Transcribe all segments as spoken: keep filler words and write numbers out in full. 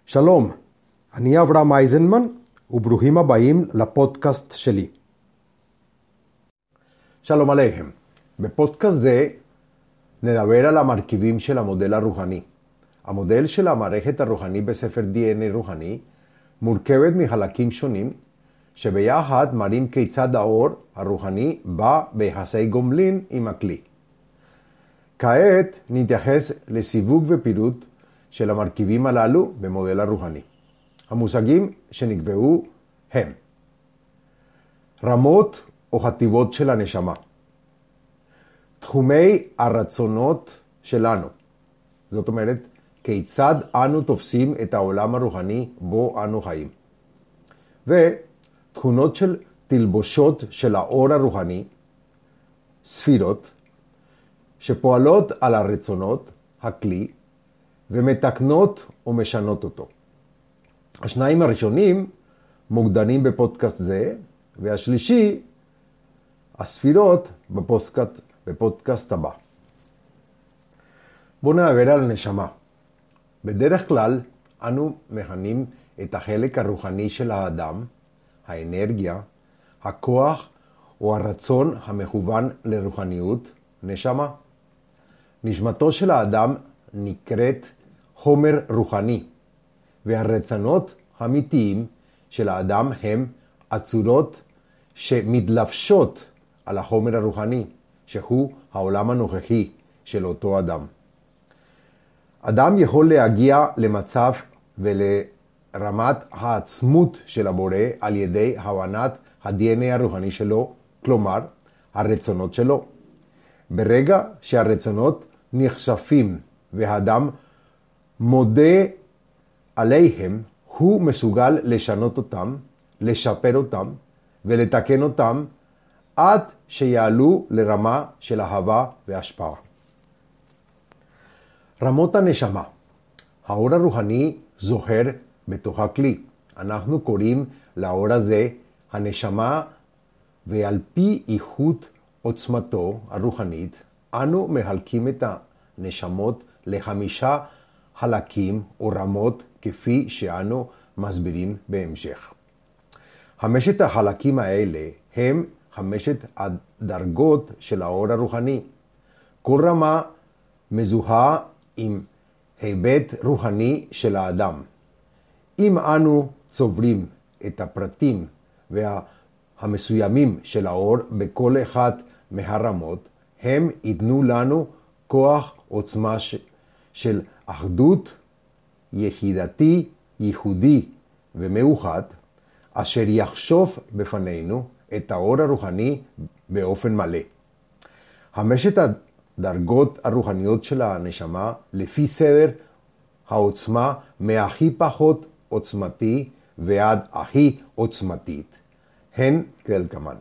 שלום, אני אברהם אייזנמן, וברוכים הבאים לפודקאסט שלי. שלום עליכם. בפודקאסט זה נדבר על המרכיבים של המודל הרוחני. המודל של המערכת הרוחני בספר די אן איי רוחני מורכבת מחלקים שונים, שביחד מראים כיצד האור הרוחני בא ביחסי גומלין עם הכלי. כעת נתייחס לסיווג ופירוט של המרכיבים הללו במודל הרוחני. המושגים שנקבעו הם רמות או חטיבות של הנשמה, תחומי הרצונות שלנו, זאת אומרת כיצד אנו תופסים את העולם הרוחני בו אנו חיים, ותכונות של תלבושות של האור הרוחני, ספירות, שפועלות על הרצונות, הכלי, ומתקנות ומשנות אותו. השניים הראשונים מוגדרים בפודקאסט זה, והשלישי, הספירות, בפודקאסט, בפודקאסט הבא. בואו נדבר על הנשמה. בדרך כלל, אנו מכנים את החלק הרוחני של האדם, האנרגיה, הכוח או הרצון המכוון לרוחניות, נשמה. נשמתו של האדם נקראת חומר רוחני, והרצונות האמיתיים של האדם הם הצורות שמתלבשות על החומר הרוחני, שהוא העולם הנוכחי של אותו אדם. אדם יכול להגיע למצב ולרמת העצמות של הבורא על ידי הבנת ה-די אן איי הרוחני שלו, כלומר הרצונות שלו. ברגע שהרצונות נחשפים והאדם מודה עליהם, הוא מסוגל לשנות אותם, לשפר אותם ולתקן אותם עד שיעלו לרמה של אהבה והשפעה. רמות הנשמה. האור הרוחני זוהר בתוך הכלי. אנחנו קוראים לאור הזה הנשמה, ועל פי איכות עוצמתו הרוחנית, אנו מחלקים את הנשמות לחמישה חלקים או רמות כפי שאנו מסבירים בהמשך. חמשת החלקים האלה הם חמשת הדרגות של האור הרוחני. כל רמה מזוהה עם היבט רוחני של האדם. אם אנו צוברים את הפרטים והמסוימים של האור בכל אחד מהרמות, הם ייתנו לנו כוח עוצמה של אחדות, יחידתי, ייחודי ומאוחד, אשר יחשוף בפנינו את האור הרוחני באופן מלא. חמשת הדרגות הרוחניות של הנשמה, לפי סדר העוצמה מהכי פחות עוצמתי ועד הכי עוצמתית, הן כדלקמן.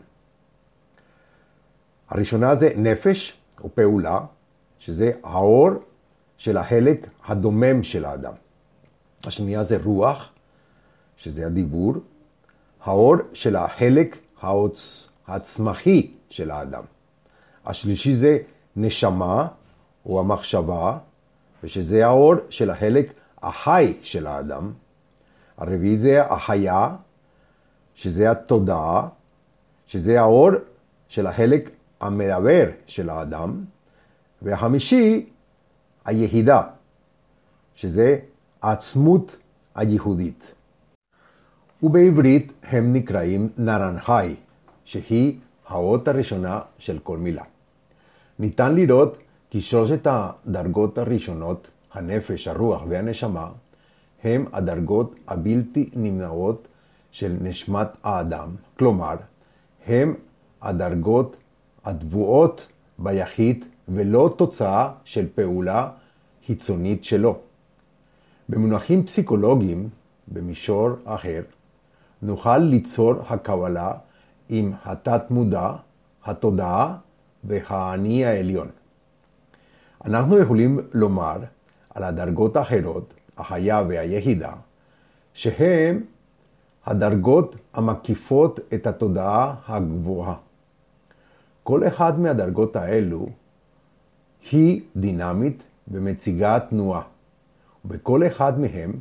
הראשונה זה נפש או פעולה, שזה האור של החלק הדומם של האדם. השנייה זה רוח, שזה הדיבור, האור של החלק העוצ... העצמחי של האדם. השלישי זה נשמה או המחשבה, ושזה האור של החלק החי של האדם. הרביעי זה החיה, שזה התודעה, שזה האור של החלק המדבר של האדם. והחמישי, היחידה, שזה העצמות הייחודית. ובעברית הם נקראים נרנחי, שהיא האות הראשונה של כל מילה. ניתן לראות כי שלושת הדרגות הראשונות, הנפש, הרוח והנשמה, הם הדרגות הבלתי נמנעות של נשמת האדם. כלומר, הם הדרגות הטבועות ביחיד ולא תוצאה של פעולה חיצונית שלו. במונחים פסיכולוגיים, במישור אחר, נוכל ליצור הקבלה עם התת מודע, התודעה והאני העליון. אנחנו יכולים לומר על הדרגות האחרות, החיה והיחידה, שהן הדרגות המקיפות את התודעה הגבוהה. כל אחד מהדרגות האלו היא דינמית ומציגה תנועה, ובכל אחד מהם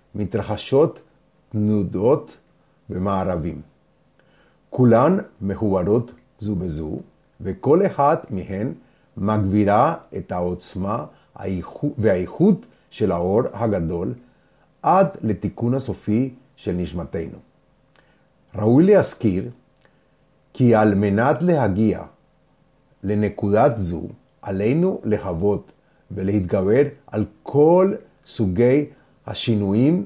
מתרחשות תנודות במערבים. כולן מחוברות זו בזו, וכל אחת מהן מגבירה את העוצמה והאיכות של האור הגדול עד לתיקון הסופי של נשמתנו. ראוי להזכיר כי על מנת להגיע לנקודת זו, עלינו לחוות ולהתגבר על כל סוגי השינויים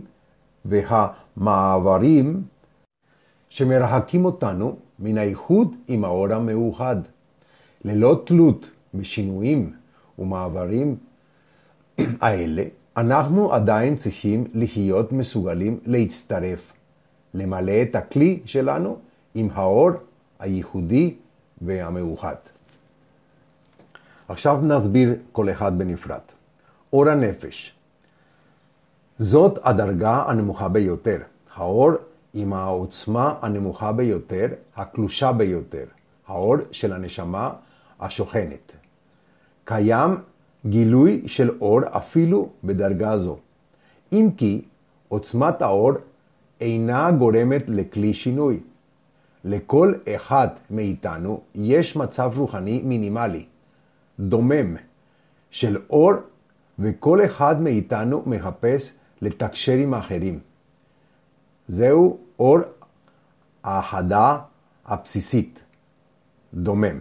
והמעברים שמרחקים אותנו מן האיחוד עם האור המאוחד. ללא תלות בשינויים ומעברים האלה, אנחנו עדיין צריכים להיות מסוגלים להצטרף, למלא את הכלי שלנו עם האור הייחודי והמאוחד. עכשיו נסביר כל אחד בנפרד. אור הנפש. זאת הדרגה הנמוכה ביותר. האור עם העוצמה הנמוכה ביותר, הקלושה ביותר. האור של הנשמה השוכנת. קיים גילוי של אור אפילו בדרגה זו. אם כי עוצמת האור אינה גורמת לכלי שינוי. לכל אחד מאיתנו יש מצב רוחני מינימלי, דומם, של אור, וכל אחד מאיתנו מחפש לתקשר עם האחרים. זהו אור האחדה הבסיסית, דומם.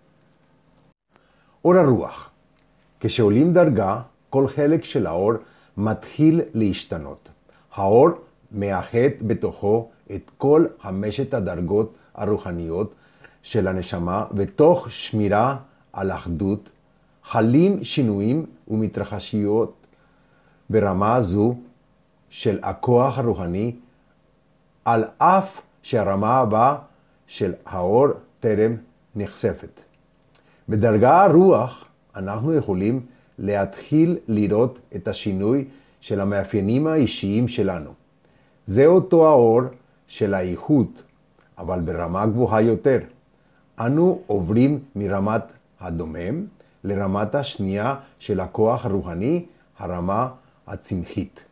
אור הרוח. כשעולים דרגה, כל חלק של האור מתחיל להשתנות. האור מאחד בתוכו את כל חמשת הדרגות הרוחניות של הנשמה, ותוך שמירה על אחדות, חלים שינויים ומתרחשויות ברמה זו של הכוח הרוחני, על אף שהרמה הבאה של האור טרם נחשפת. בדרגה הרוח אנחנו יכולים להתחיל לראות את השינוי של המאפיינים האישיים שלנו. זה אותו האור של האיכות, אבל ברמה גבוהה יותר. אנו עוברים מרמת הדומם לרמת השנייה של הכוח הרוחני, הרמה הצמחית.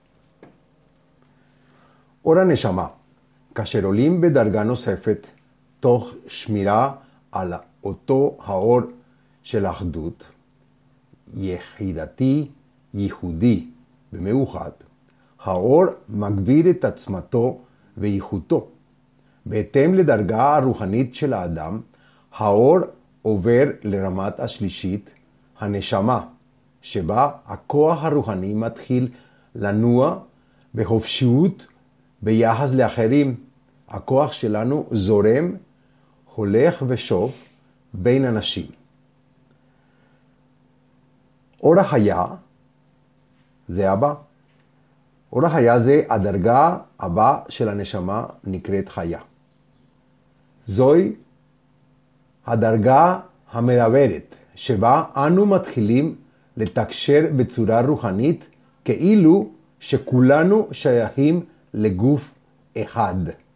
אור הנשמה. כאשר עולים בדרגה נוספת, תוך שמירה על אותו האור של האחדות, יחידתי, ייחודי ומאוחד, האור מגביר את עצמתו ואיכותו. בהתאם לדרגה הרוחנית של האדם, האור עובר לרמת השלישית, הנשמה, שבה הכוח הרוחני מתחיל לנוע בחופשיות ביחס לאחרים. הכוח שלנו זורם, הולך ושוב בין אנשים. אור החיה זה הבא. אור החיה זה הדרגה הבאה של הנשמה, נקראת חיה. זוהי הדרגה המדברת, שבה אנו מתחילים לתקשר בצורה רוחנית, כאילו שכולנו שייכים לגוף אחד.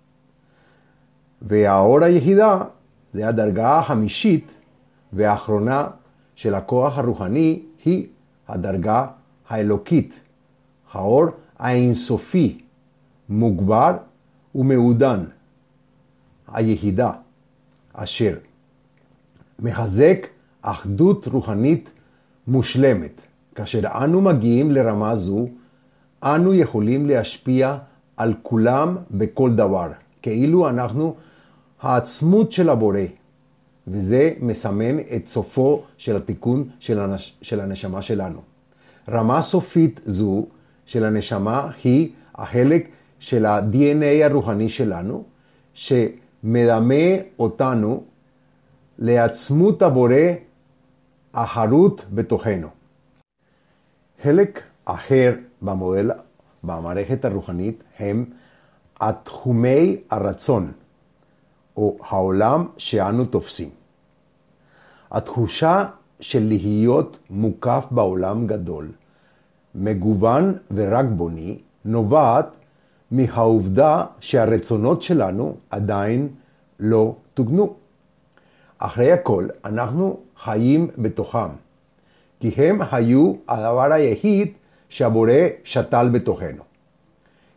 והאור היחידה זה הדרגה החמישית והאחרונה של הכוח הרוחני, היא הדרגה האלוקית. האור האינסופי, מוגבר ומעודן. היחידה, אשר מחזק אחדות רוחנית מושלמת. כאשר אנו מגיעים לרמה זו, אנו יכולים להשפיע על כולם בכל דבר, כאילו אנחנו העצמות של הבורא, וזה מסמן את סופו של התיקון של, הנש... של הנשמה שלנו. רמה סופית זו של הנשמה היא החלק של ה-די אן איי הרוחני שלנו, שמדמה אותנו לעצמות הבורא החרוט בתוכנו. חלק אחר במודל, במערכת הרוחנית, הם התחומי הרצון, או העולם שאנו תופסים. התחושה של להיות מוקף בעולם גדול, מגוון ורק בוני, נובעת מהעובדה שהרצונות שלנו עדיין לא תוגנו. אחרי הכל, אנחנו חיים בתוכם, כי הם היו הדבר היחיד שהבורא שתל בתוכנו.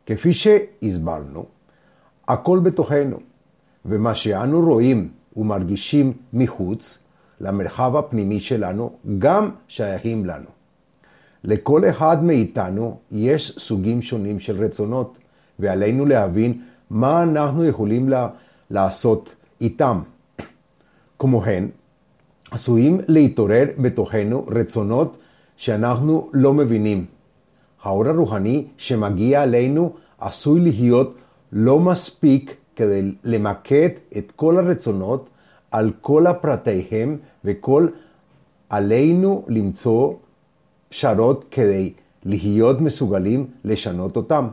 כפי שהסברנו, הכל בתוכנו, ומה שאנו רואים ומרגישים מחוץ למרחב הפנימי שלנו, גם שייכים לנו. לכל אחד מאיתנו יש סוגים שונים של רצונות, ועלינו להבין מה אנחנו יכולים לה, לעשות איתם. כמוהן, עשויים להתעורר בתוכנו רצונות שאנחנו לא מבינים. האור הרוחני שמגיע עלינו עשוי להיות לא מספיק כדי למקד את כל הרצונות על כל הפרטיהם, וכל עלינו למצוא פשרות כדי להיות מסוגלים לשנות אותם.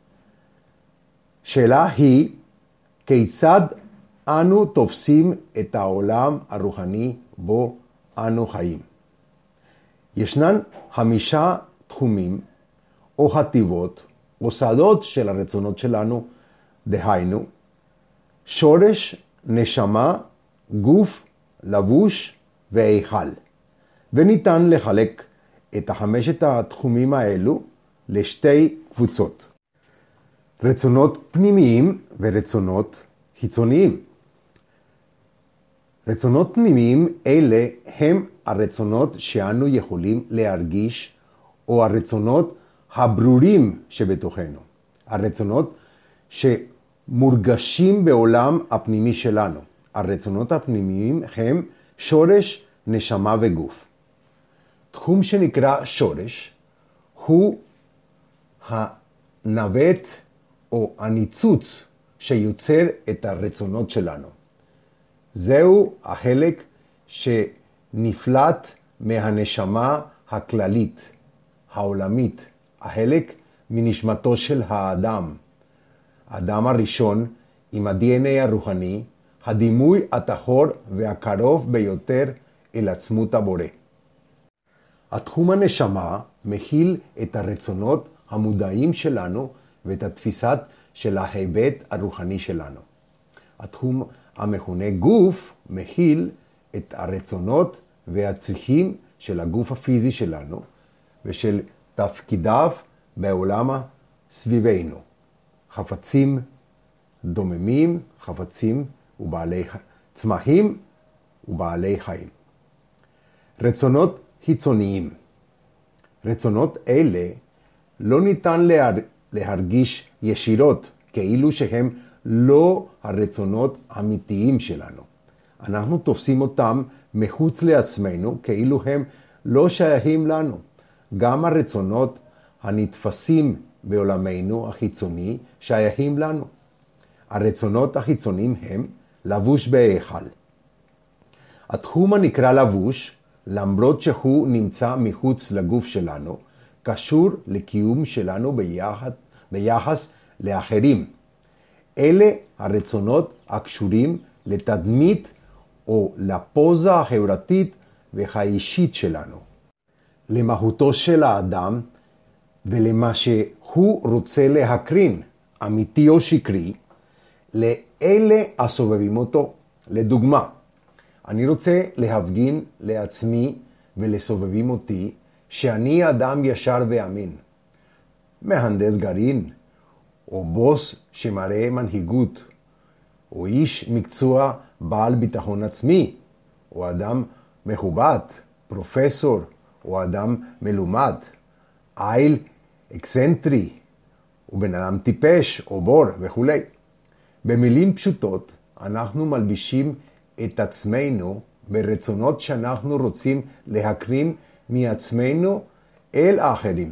שאלה היא, כיצד אנו תופסים את העולם הרוחני בו אנו חיים? ישנן חמישה תחומים או חטיבות או שדות של הרצונות שלנו, דהיינו, שורש, נשמה, גוף, לבוש והיכל. וניתן לחלק את החמשת התחומים האלו לשתי קבוצות. רצונות פנימיים ורצונות חיצוניים. רצונות פנימיים אלה הם הרצונות שאנו יכולים להרגיש, או הרצונות הברורים שבתוכנו. הרצונות שמורגשים בעולם הפנימי שלנו. הרצונות הפנימיים הם שורש, נשמה וגוף. תחום שנקרא שורש הוא הנווט או הניצוץ שיוצר את הרצונות שלנו. זהו החלק שנפלט מהנשמה הכללית, העולמית, החלק מנשמתו של האדם. האדם הראשון עם ה-די אן איי הרוחני, הדימוי הטהור והקרוב ביותר אל עצמות הבורא. התחום הנשמה מכיל את הרצונות המודעים שלנו ואת התפיסת של ההיבט הרוחני שלנו. התחום המכונה גוף מכיל את הרצונות והצרכים של הגוף הפיזי שלנו ושל תפקידיו בעולם סביבנו. חפצים דוממים, חפצים ובעלי צמחים ובעלי חיים. רצונות חיצוניים. רצונות אלה לא ניתן לה, להרגיש ישירות, כאילו שהם לא הרצונות האמיתיים שלנו. אנחנו תופסים אותם מחוץ לעצמנו, כאילו הם לא שייכים לנו. גם הרצונות הנתפסים בעולמנו החיצוני שייכים לנו. הרצונות החיצוניים הם לבוש בהיכל. התחום הנקרא לבוש, למרות שהוא נמצא מחוץ לגוף שלנו, קשור לקיום שלנו ביחד, ביחס לאחרים. אלה הרצונות הקשורים לתדמית או לפוזה החברתית והאישית שלנו. למהותו של האדם ולמה שהוא רוצה להקרין, אמיתי או שקרי, לאלה הסובבים אותו. לדוגמה, אני רוצה להפגין לעצמי ולסובבים אותי שאני אדם ישר ואמין. מהנדס גרעין, או בוס שמראה מנהיגות, או איש מקצוע בעל ביטחון עצמי, או אדם מכובד, פרופסור, או אדם מלומד, איל אקסנטרי, או בן אדם טיפש, או בור וכו'. במילים פשוטות, אנחנו מלבישים את עצמנו ברצונות שאנחנו רוצים להקרין מעצמנו אל האחרים.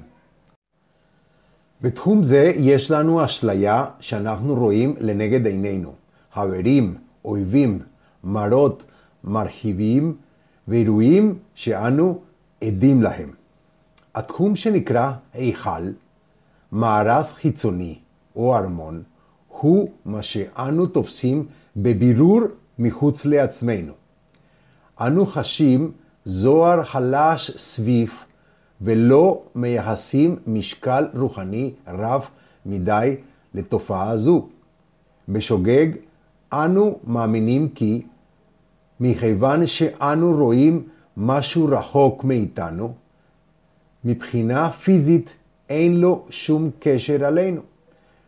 בתחום זה יש לנו אשליה שאנחנו רואים לנגד עינינו. חברים, אויבים, מראות, מרחיבים ואירועים שאנו עדים להם. התחום שנקרא היכל, מארז חיצוני או ארמון, הוא מה שאנו תופסים בבירור מחוץ לעצמנו. אנו חשים זוהר חלש סביב ולא מייחסים משקל רוחני רב מדי לתופעה זו. בשוגג אנו מאמינים כי מכיוון שאנו רואים משהו רחוק מאיתנו, מבחינה פיזית אין לו שום קשר עלינו.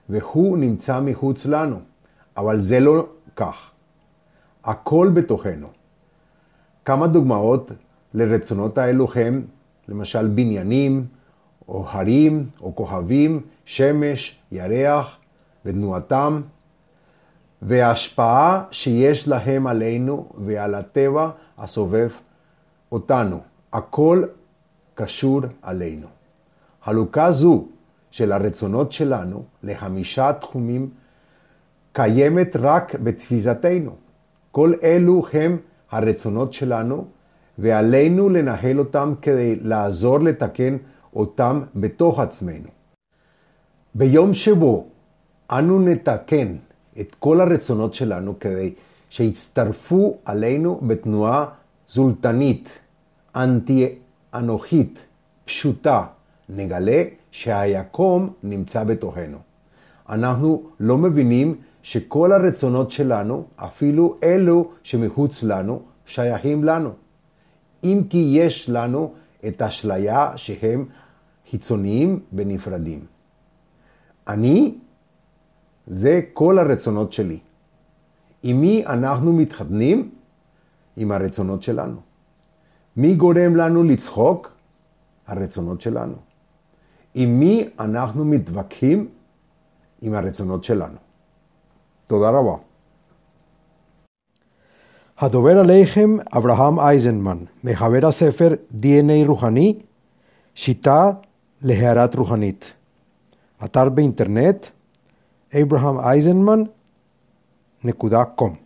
והוא נמצא מחוץ לנו. אבל זה לא כך. הכל בתוכנו. כמה דוגמאות לרצונות האלו הם, למשל בניינים, או הרים, או כוכבים, שמש, ירח ותנועתם, וההשפעה שיש להם עלינו ועל הטבע הסובב אותנו. הכל קשור עלינו. חלוקה זו של הרצונות שלנו לחמישה תחומים קיימת רק בתפיסתנו. כל אלו הם הרצונות שלנו, ועלינו לנהל אותם כדי לעזור לתקן אותם בתוך עצמנו. ביום שבו אנו נתקן את כל הרצונות שלנו כדי שיצטרפו עלינו בתנועה זולטנית, אנטי-אנוכית, פשוטה, נגלה שהיקום נמצא בתוכנו. אנחנו לא מבינים שכל הרצונות שלנו, אפילו אלו שמחוץ לנו, שייכים לנו. אם כי יש לנו את האשליה שהם חיצוניים ונפרדים. אני, זה כל הרצונות שלי. עם מי אנחנו מתחתנים? עם הרצונות שלנו. מי גורם לנו לצחוק? הרצונות שלנו. עם מי אנחנו מתווכחים? עם הרצונות שלנו. תודה רבה. הדובר עליכם אברהם אייזנמן, מחבר הספר די אן איי רוחני, שיטה להארת רוחנית. אתר באינטרנט אברהם אייזנמן נקודה קום